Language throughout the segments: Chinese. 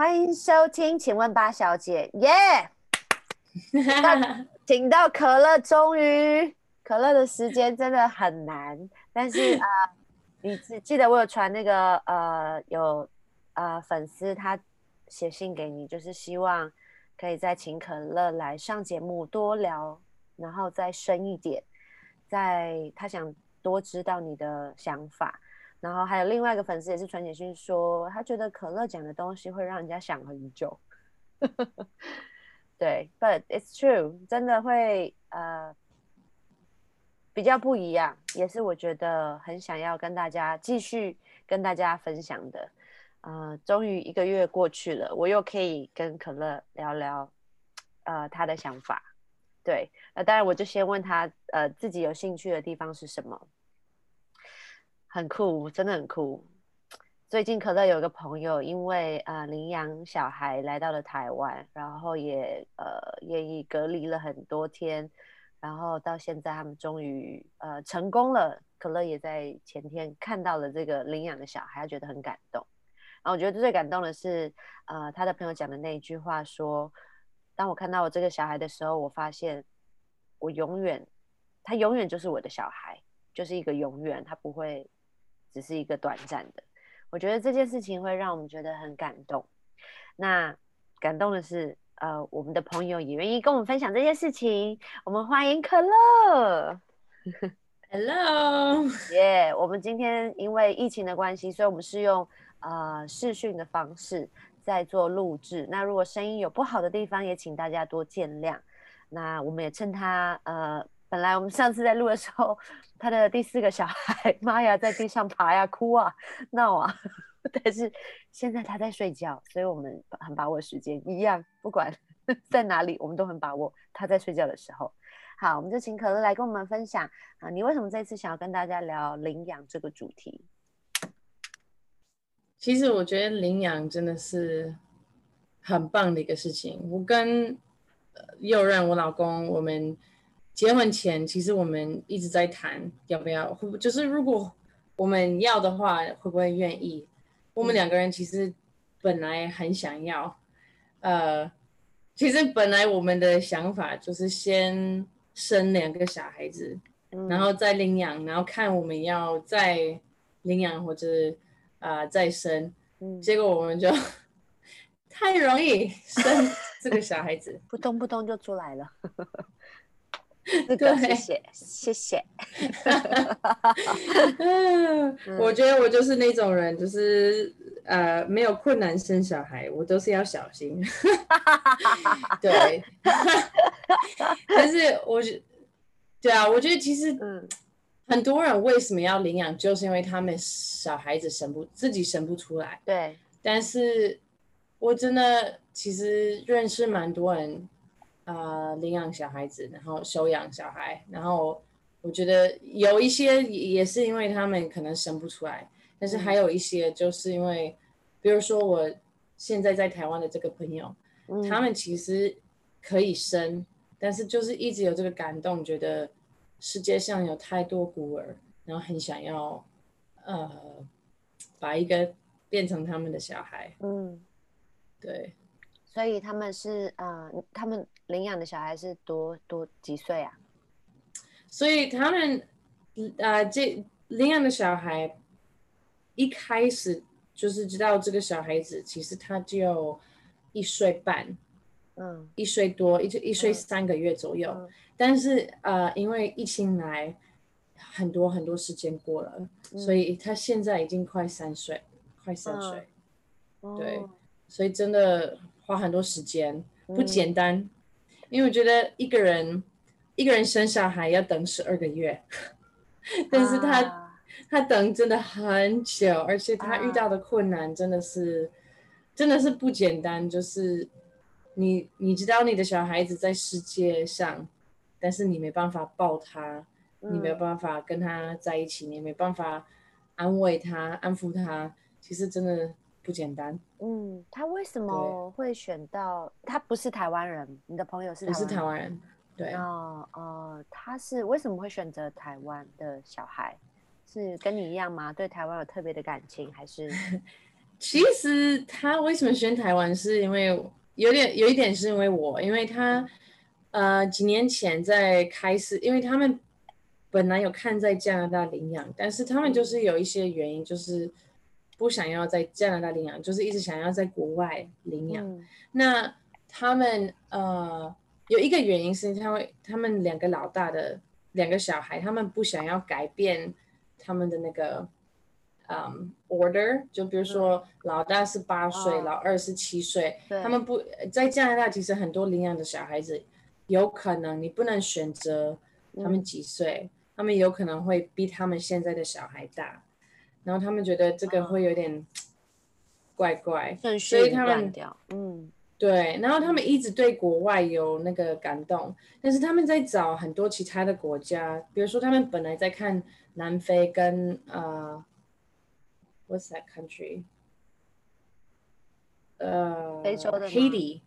欢迎收听，请问八小姐，耶、请到可乐，终于，可乐的时间真的很难，但是你记得我有传那个有粉丝他写信给你，就是希望可以再请可乐来上节目多聊，然后再深一点，他想多知道你的想法。然后还有另外一个粉丝也是传简讯说，他觉得可乐讲的东西会让人家想很久。对，but it's true，真的会比较不一样，也是我觉得很想要跟大家继续跟大家分享的。终于1个月过去了，我又可以跟可乐聊聊他的想法。对，当然我就先问他自己有兴趣的地方是什么。很酷，真的很酷。最近可乐有个朋友，因为领养小孩来到了台湾，然后也隔离了很多天，然后到现在他们终于成功了。可乐也在前天看到了这个领养的小孩，他觉得很感动。然后我觉得最感动的是，他的朋友讲的那一句话说：当我看到我这个小孩的时候，我发现他永远就是我的小孩，就是一个永远，他不会只是一个短暂的。我觉得这件事情会让我们觉得很感动。那感动的是，我们的朋友也愿意跟我们分享这件事情。我们欢迎可乐。 Hello， 耶！我们今天因为疫情的关系，所以我们是用视讯的方式在做录制。那如果声音有不好的地方，也请大家多见谅。那我们也趁他本来我们上次在录的时候，他的第4个小孩，妈呀，在地上爬呀、哭啊、闹啊，但是现在他在睡觉，所以我们很把握时间，一样不管在哪里，我们都很把握他在睡觉的时候。好，我们就请可乐来跟我们分享你为什么这次想要跟大家聊领养这个主题？ 其实我觉得领养真的是很棒的一个事情。我跟右任我老公，我们结婚前，其实我们一直在谈要不要，就是如果我们要的话，会不会愿意？我们2个人其实本来很想要，其实本来我们的想法就是先生2个小孩子，然后再领养，然后看我们要再领养或者再生，结果我们就太容易生这个小孩子， 扑通扑通就出来了。4个，谢对， 谢谢谢。 我觉得我就是那种人，就是没有困难生小孩，我都是要小心。对，但是对啊，我觉得其实很多人为什么要领养，就是因为他们小孩子自己生不出来。 对， 但是我真的其实认识蛮多人领养小孩子，然后收养小孩，然后我觉得有一些也是因为他们可能生不出来，但是还有一些就是因为，比如说我现在在台湾的这个朋友，他们其实可以生，但是就是一直有这个感动，觉得世界上有太多孤儿，然后很想要把一个变成他们的小孩。对， 所以他们领养的小孩是多几岁啊？ 所以他们这领养的小孩一开始就是知道这个小孩子其实他只有1岁半，1岁多，1岁3个月左右。但是因为疫情来，很多很多时间过了，所以他现在已经快3岁。对，所以真的花很多时间，不简单。因为我觉得一个人生小孩要等12个月，但是他等真的很久，而且他遇到的困难真的是不简单。就是你知道你的小孩子在世界上，但是你没办法抱他，你没有办法跟他在一起，你没办法安慰他、安抚他，其实真的不简单。 他为什对， 么会选到？他不是台湾人，你的朋友是不是台湾人。 台湾人，对。 他是为什么会选择台湾的小孩？是跟你一样吗？对台湾有特别的感情，还是？ 其实他为什么选台湾，是因为有一点是因为因为他几年前在开始，因为他们本来有看在加拿大领养，但是他们就是有一些原因，就是不想要在加拿大领养，就是一直想要在国外领养。那他们有一个原因是他们两个老大的两个小孩，他们不想要改变他们的那个。order 就比如说老大是8岁，老二是7岁，他们不在加拿大，其实很多领养的小孩子，有可能你不能选择他们几岁，他们有可能会比他们现在的小孩大，然后他们觉得这个会有点怪怪，所以他们对，然后他们一直对国外有那个感动，但是他们在找很多其他的国家，比如说他们本来在看南非跟What's that country？ 非洲的吗 Haiti，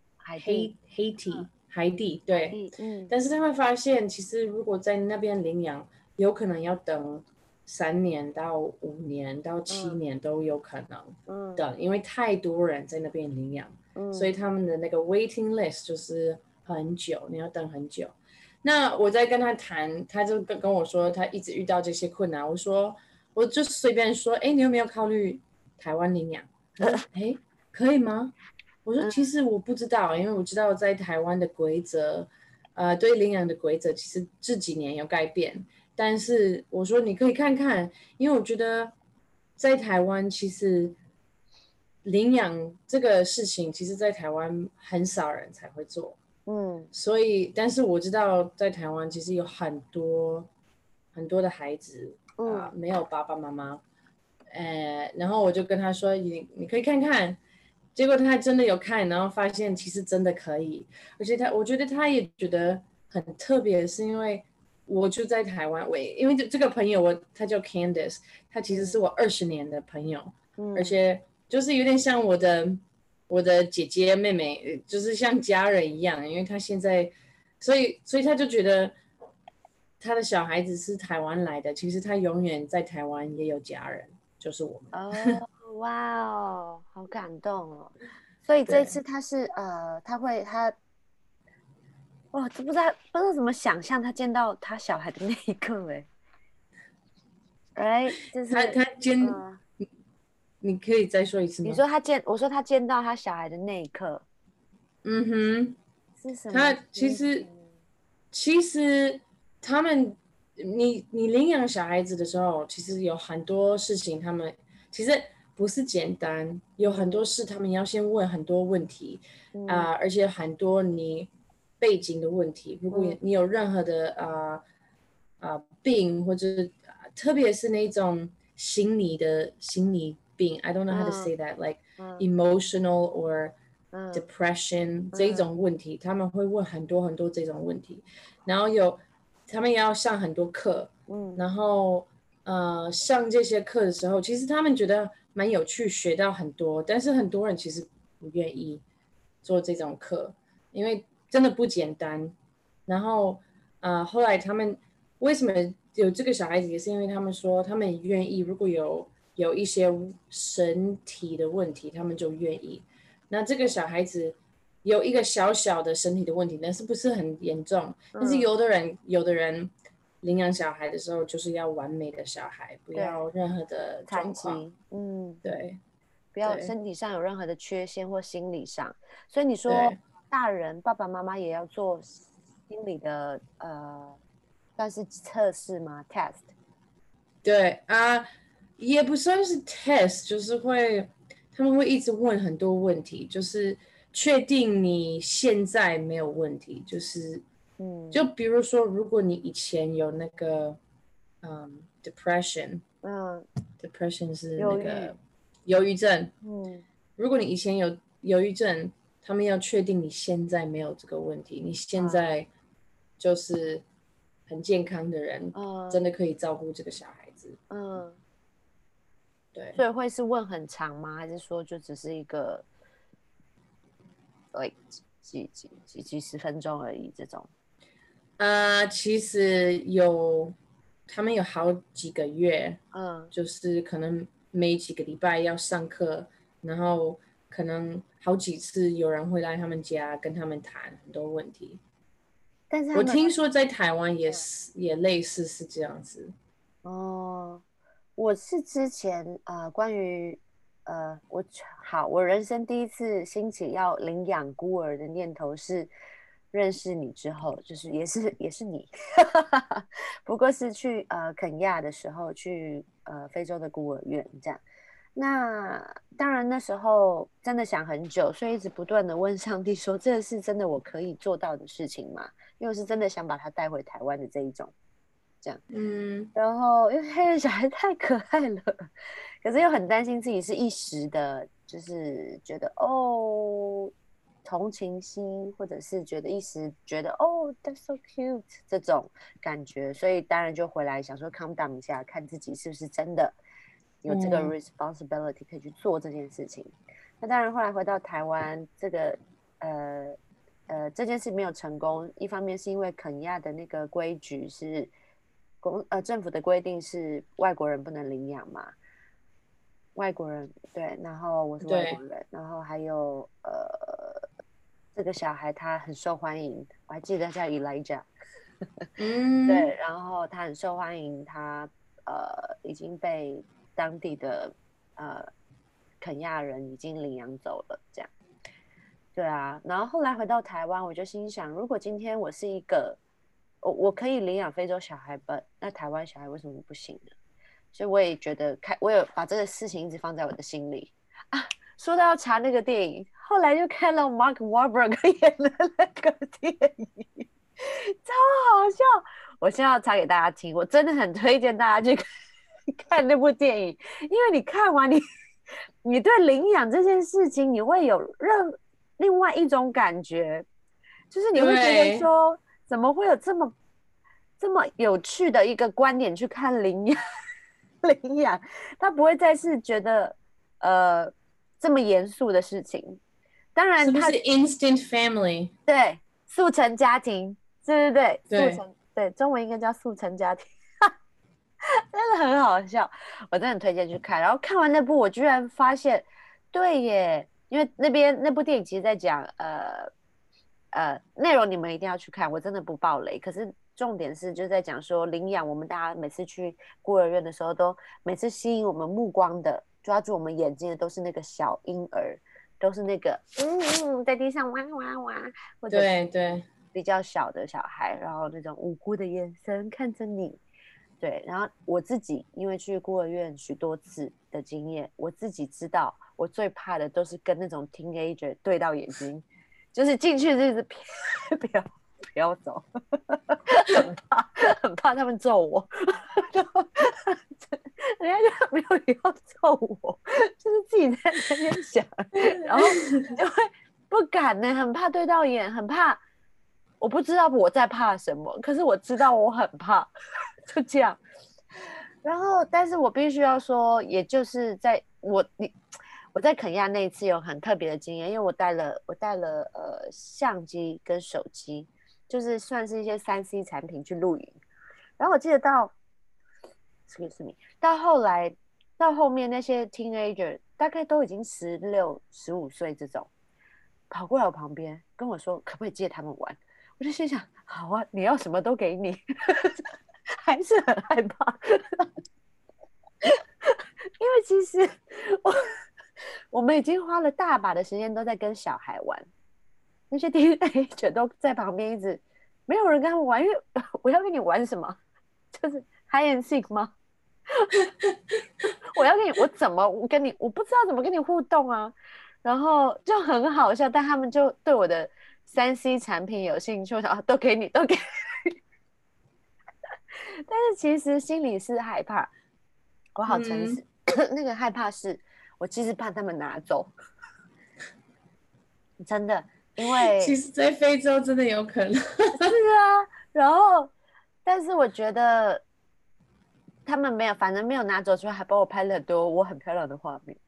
海地，对。但是他们发现，其实如果在那边领养，有可能要等3年到5年到7年都有可能等，因为太多人在那边领养，所以他们的那个 waiting list 就是很久，你要等很久。那我在跟他谈，他就跟我说，他一直遇到这些困难。我就随便说，哎，你有没有考虑台湾领养？他说，哎，可以吗？我说，其实我不知道，因为我知道在台湾的规则，对领养的规则，其实这几年有改变。但是我说你可以看看，因为我觉得在台湾其实领养这个事情，其实在台湾很少人才会做。所以，但是我知道在台湾其实有很多很多的孩子没有爸爸妈妈，然后我就跟他说你可以看看，结果他真的有看，然后发现其实真的可以，而且我觉得他也觉得很特别，是因为我就在台湾，因为这个朋友他叫 Candice， 他其实是我20年的朋友，而且就是有点像我的姐姐妹妹，就是像家人一样，因为他现在，所以他就觉得他的小孩子是台湾来的，其实他永远在台湾也有家人，就是我们。 哦，哇哦，好感动哦！所以这次哇，这不知道怎么想象他见到他小孩的那一刻，就是他你可以再说一次吗？ 我说他见到他小孩的那一刻，是什么？ 他其实他们，你领养小孩子的时候，其实有很多事情，他们其实不是简单，有很多事他们要先问很多问题而且很多你背景的问题，如果你有任何的病，或者特别是那种心理病，I don't know how to say that, like emotional or depression 这一种问题，他们会问很多很多这种问题，然后他们也要上很多课，然后上这些课的时候，其实他们觉得蛮有趣，学到很多，但是很多人其实不愿意做这种课，因为真的不简单。然后后来他们为什么有这个小孩子，也是因为他们说他们愿意，如果有一些身体的问题，他们就愿意。那这个小孩子有一个小小的身体的问题，但是不是很严重。但是有的人领养小孩的时候，就是要完美的小孩，不要任何的状况。对， 不要身体上有任何的缺陷或心理上。所以你说大人爸爸妈妈也要做心理的算是测试吗 ？test？ 对也不算是 test，就是他们会一直问很多问题，就是确定你现在没有问题，就是就比如说，如果你以前有那个depression 是那个忧郁症，如果你以前有忧郁症，他们要确定你现在没有这个问题，你现在就是很健康的人，真的可以照顾这个小孩子。对。 所以会是问很长吗？还是说就只是一个几十分钟而已这种？ 其实他们有好几个月，就是可能每几个礼拜要上课，然后可能好几次有人会来他们家跟他们谈很多问题。我但是他们听说在台湾也类似是这样子。 哦，我是之前关于我人生第一次兴起要领养孤儿的念头是认识你之后，就是也是你，不过是去肯亚的时候去非洲的孤儿院这样。那当然那时候真的想很久，所以一直不断的问上帝说，这是真的我可以做到的事情吗？因为我是真的想把他带回台湾的这一种。这样，然后因为黑人小孩太可爱了，可是又很担心自己是一时的，就是觉得同情心，或者是觉得一时觉得that's so cute 这种感觉，所以当然就回来想说 calm down 一下，看自己是不是真的有这个 responsibility 可以去做这件事情。那当然后来回到台湾，这件事没有成功，一方面是因为肯亚的那个规矩是政府的规定是外国人不能领养嘛，外国人对，然后我是外国人，然后还有这个小孩他很受欢迎，我还记得叫 Elijah， 对，然后他很受欢迎，他已经被当地的肯亚人已经领养走了，这样。对啊，然后后来回到台湾，我就心想，如果今天我是一个，我可以领养非洲小孩吧，那台湾小孩为什么不行呢？所以我也觉得我有把这个事情一直放在我的心里啊。说到要查那个电影，后来就看到 Mark Wahlberg 演的那个电影，超好笑。我现在要查给大家听，我真的很推荐大家去看那部电影，因为你看完你对领养这件事情，你会有另外一种感觉，就是你会觉得说，怎么会有这么有趣的一个观点去看领养？领养，他不会再是觉得这么严肃的事情。当然， 是不是 instant family？ 对，速成家庭，对，速成对，中文应该叫速成家庭。真的很好笑，我真的很推荐去看。然后看完那部，我居然发现，对耶，因为那部电影其实在讲内容你们一定要去看，我真的不爆雷。可是重点是就在讲说领养，我们大家每次去孤儿院的时候，都每次吸引我们目光的、抓住我们眼睛的都是那个小婴儿，都是那个在地上哇哇哇，或者对比较小的小孩，然后那种无辜的眼神看着你。对，然后我自己因为去孤儿院许多次的经验，我自己知道我最怕的都是跟那种 teenager 对到眼睛，就是进去就是不要走，很怕他们揍我，人家就没有要揍我，就是自己在那边想，然后就会不敢呢，很怕对到眼，很怕，我不知道我在怕什么，可是我知道我很怕。就这样，然后，但是我必须要说，也就是我在肯亚那一次有很特别的经验，因为我带了相机跟手机，就是算是一些3C 产品去露营。然后我记得excuse me，到后面那些 teenager 大概都已经16、15岁这种，跑过来我旁边跟我说，可不可以借他们玩？我就心想，好啊，你要什么都给你。还是很害怕，因为其实我们已经花了大把的时间都在跟小孩玩，那些 teenager 都在旁边一直没有人跟他们玩，因为我要跟你玩什么？就是 hide and seek 吗？我怎么跟你？我不知道怎么跟你互动啊。然后就很好笑，但他们就对我的3C 产品有兴趣，我想都给你，都给你。但是其实心里是害怕，我好诚实，那个害怕是我其实怕他们拿走，真的，因为其实，在非洲真的有可能。是啊，然后，但是我觉得他们没有，反正没有拿走之后，还帮我拍了很多我很漂亮的画面。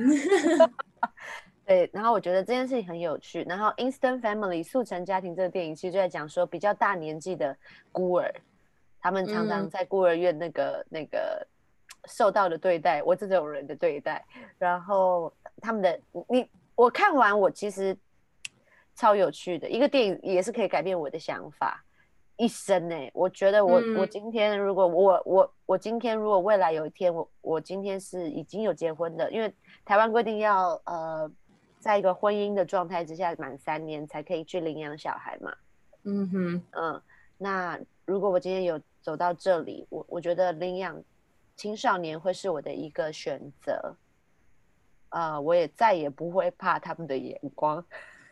对，然后我觉得这件事情很有趣。然后《Instant Family》速成家庭这个电影其实就在讲说，比较大年纪的孤儿，他们常常在孤儿院那个受到的对待，我这种人的对待，然后他们的我看完我其实超有趣的一个电影，也是可以改变我的想法一生呢、我觉得我今天如果我今天如果未来有一天我今天是已经有结婚的，因为台湾规定要在一个婚姻的状态之下满3年才可以去领养小孩嘛。那如果我今天有走到这里，我觉得领养青少年会是我的一个选择。我也再也不会怕他们的眼光，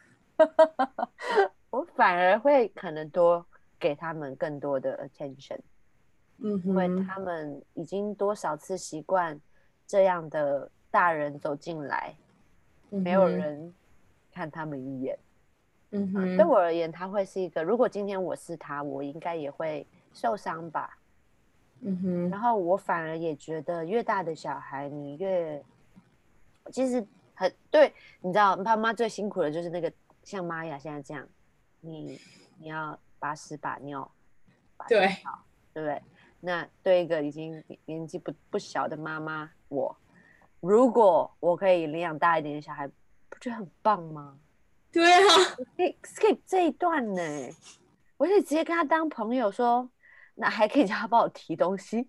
我反而会可能多给他们更多的 attention，因为他们已经多少次习惯这样的大人走进来，没有人看他们一眼。对我而言，他会是一个，如果今天我是他，我应该也会受伤吧。然后我反而也觉得，越大的小孩，你越其实对，你知道，爸妈最辛苦的就是那个像玛雅现在这样，你要把屎把尿把对， 好，对不对？那对一个已经年纪不小的妈妈，如果我可以领养大一点的小孩，不觉得很棒吗？ 对啊， 可以 skip 这一段呢，我可以直接跟他当朋友说，那还可以叫他帮我提东西，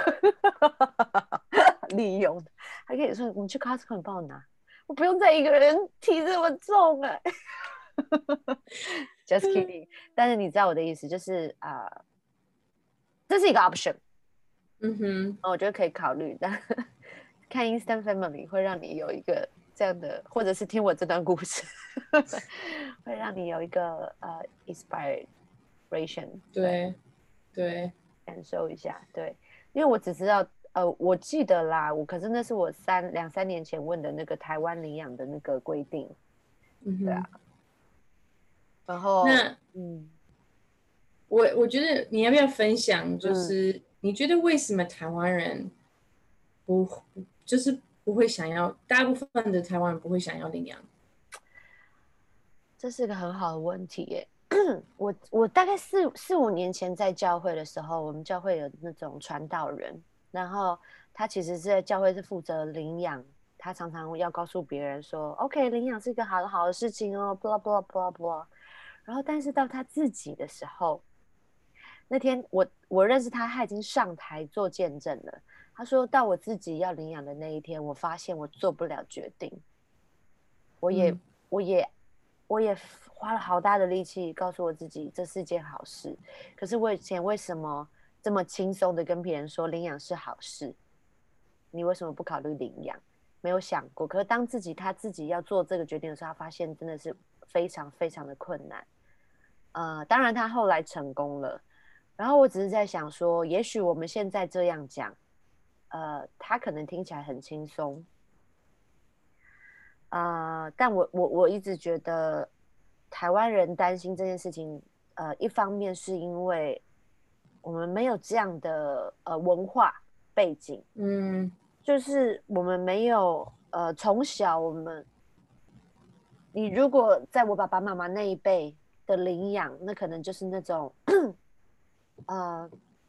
利用，还可以说你去 Costco 你帮我拿，我不用再一个人提这么重哎。Just kidding，但是你知道我的意思，就是这是一个 option，我觉得可以考虑，但看 Instant Family 会让你有一个这样的，或者是听我这段故事，会让你有一个inspiration， 对，对， 感受一下，对，因为我只知道，我记得啦，可是那是我两三年前问的那个台湾领养的那个规定，对啊，然后那我觉得你要不要分享，就是你觉得为什么台湾人不就是不会想要，大部分的台湾人不会想要领养？ 这是个很好的问题耶。我大概四五年前在教会的时候，我们教会有那种传道人，然后他其实是在教会是负责领养，他常常要告诉别人说，OK，领养是一个好的事情哦，blah blah blah blah。然后但是到他自己的时候，那天我认识他，他已经上台做见证了。他说到我自己要领养的那一天，我发现我做不了决定，我也我也我也花了好大的力气告诉我自己这是件好事。可是我以前为什么这么轻松的跟别人说领养是好事？你为什么不考虑领养？没有想过。可是当他自己要做这个决定的时候，他发现真的是非常非常的困难。当然他后来成功了。然后我只是在想说，也许我们现在这样讲，他可能听起来很轻松，但我一直觉得台湾人担心这件事情，一方面是因为我们没有这样的文化背景，就是我们没有从小你如果在我爸爸妈妈那一辈的领养，那可能就是那种呃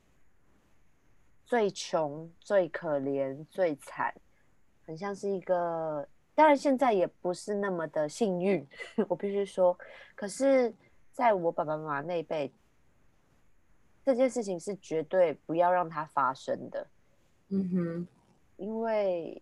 最穷、最可怜、最惨，很像是一个。当然，现在也不是那么的幸运，我必须说。可是，在我爸爸妈妈那一辈，这件事情是绝对不要让它发生的。因为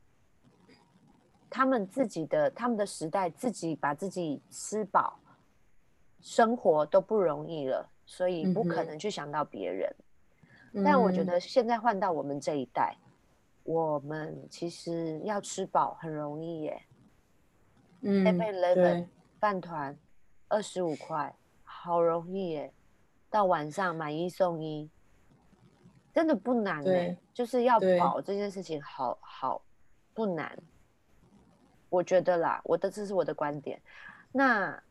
他们的时代，自己把自己吃饱，生活都不容易了，所以不可能去想到别人。但我觉得现在换到我们这一代，我们其实要吃饱很容易耶。7-Eleven 饭团25块，好容易耶。到晚上买一送一，真的不难呢。就是要饱这件事情好不难，我觉得啦，这是我的观点。那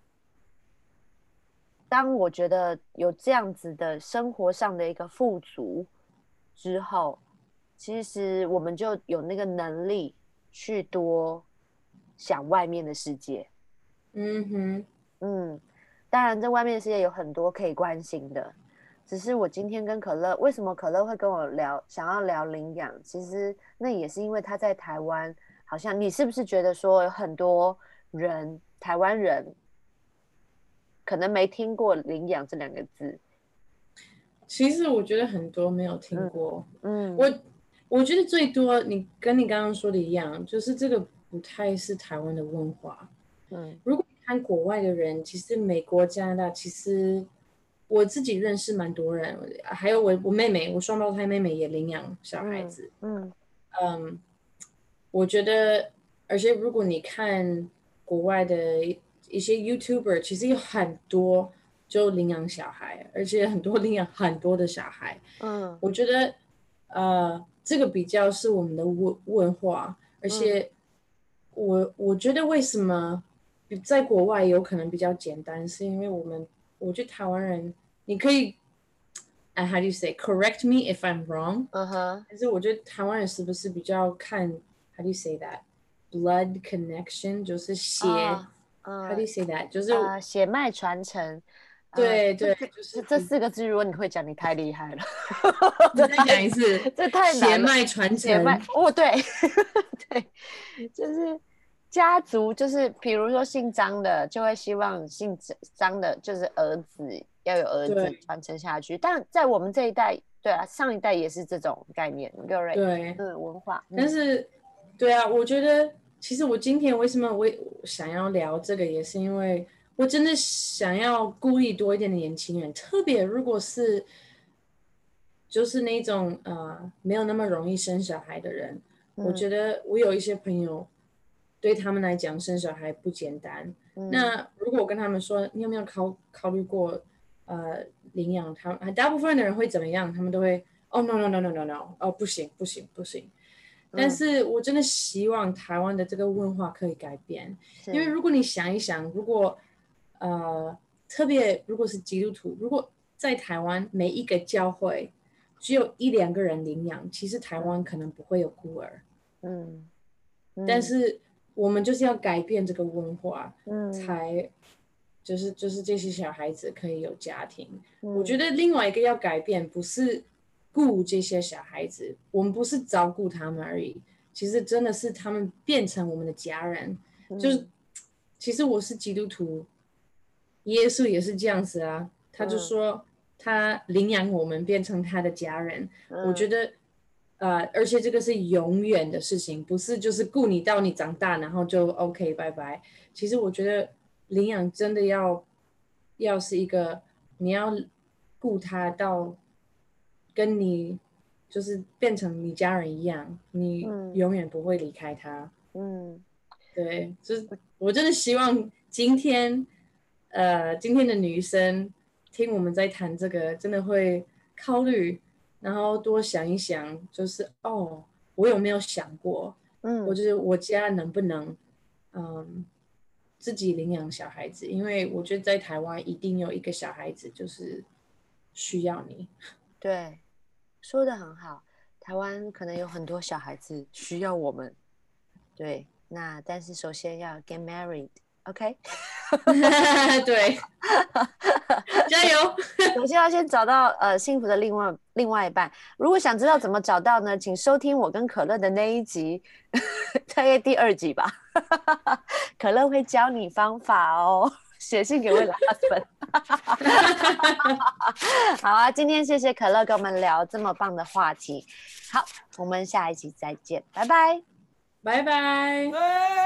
当我觉得有这样子的生活上的一个富足之后，其实我们就有那个能力去多想外面的世界。当然，在外面的世界有很多可以关心的， 只是我今天跟可乐，为什么可乐会跟我聊，想要聊领养？其实那也是因为他在台湾，好像你是不是觉得说有很多人，台湾人可能没听过领养这2个字？ 其实我觉得很多没有听过。 嗯， 我觉得最多你跟你刚刚说的一样，就是这个不太是台湾的文化。如果你看国外的人，其实美国、加拿大，其实我自己认识蛮多人，还有我妹妹，我双胞胎妹妹也领养小孩子。我觉得，而且如果你看国外的一些 YouTuber，其实有很多就领养小孩，而且很多领养很多的小孩。我觉得这个比较是我们的文化，而且我觉得为什么在国外有可能比较简单，是因为我觉得台湾人，你可以how do you say correct me if I'm wrong？但是我觉得台湾人是不是比较看 how do you say that blood connection， 就是血how do you say that 就是血脉传承。 对对，就是这4个字，如果你会讲，你太厉害了。 你再讲一次， 这太难了。 血脉传承。 对对，就是家族，就是比如说姓张的，就会希望姓张的，就是儿子要有儿子传承下去。但在我们这一代，对啊，上一代也是这种概念， 对， 文化。 但是，对啊，我觉得其实我今天为什么我想要聊这个，也是因为我真的想要鼓励多一点的年轻人，特别如果是就是那种没有那么容易生小孩的人，我觉得我有一些朋友对他们来讲生小孩不简单。那如果我跟他们说你有没有考虑过领养他们，大部分的人会怎么样？他们都会no no no no no no 哦不行不行不行。但是我真的希望台湾的这个文化可以改变，因为如果你想一想，如果特别如果是基督徒，如果在台湾每一个教会只有1-2个人领养，其实台湾可能不会有孤儿。但是我们就是要改变这个文化，才就是这些小孩子可以有家庭。我觉得另外一个要改变，不是顾这些小孩子，我们不是照顾他们而已，其实真的是他们变成我们的家人。就是其实我是基督徒，耶稣也是这样子啊，他就说他领养我们变成他的家人。我觉得而且这个是永远的事情，不是就是顾你到你长大然后就 OK 拜拜。其实我觉得领养真的要是一个你要顾他到跟你就是变成你家人一样，你永远不会离开他。对，就是我真的希望今天的女生听我们在谈这个，真的会考虑，然后多想一想，就是我有没有想过，我就是我家能不能自己领养小孩子？因为我觉得在台湾一定有一个小孩子就是需要你。 对，说得很好。台湾可能有很多小孩子需要我们。对，那但是首先要 get married，OK？ 对，加油！ 首先要先找到幸福的另外一半。如果想知道怎么找到呢，请收听我跟可乐的那一集，大概第2集吧。可乐会教你方法哦，写信给未来 husband。好啊，今天谢谢可乐跟我们聊这么棒的话题。好，我们下一集再见，拜拜。 拜拜。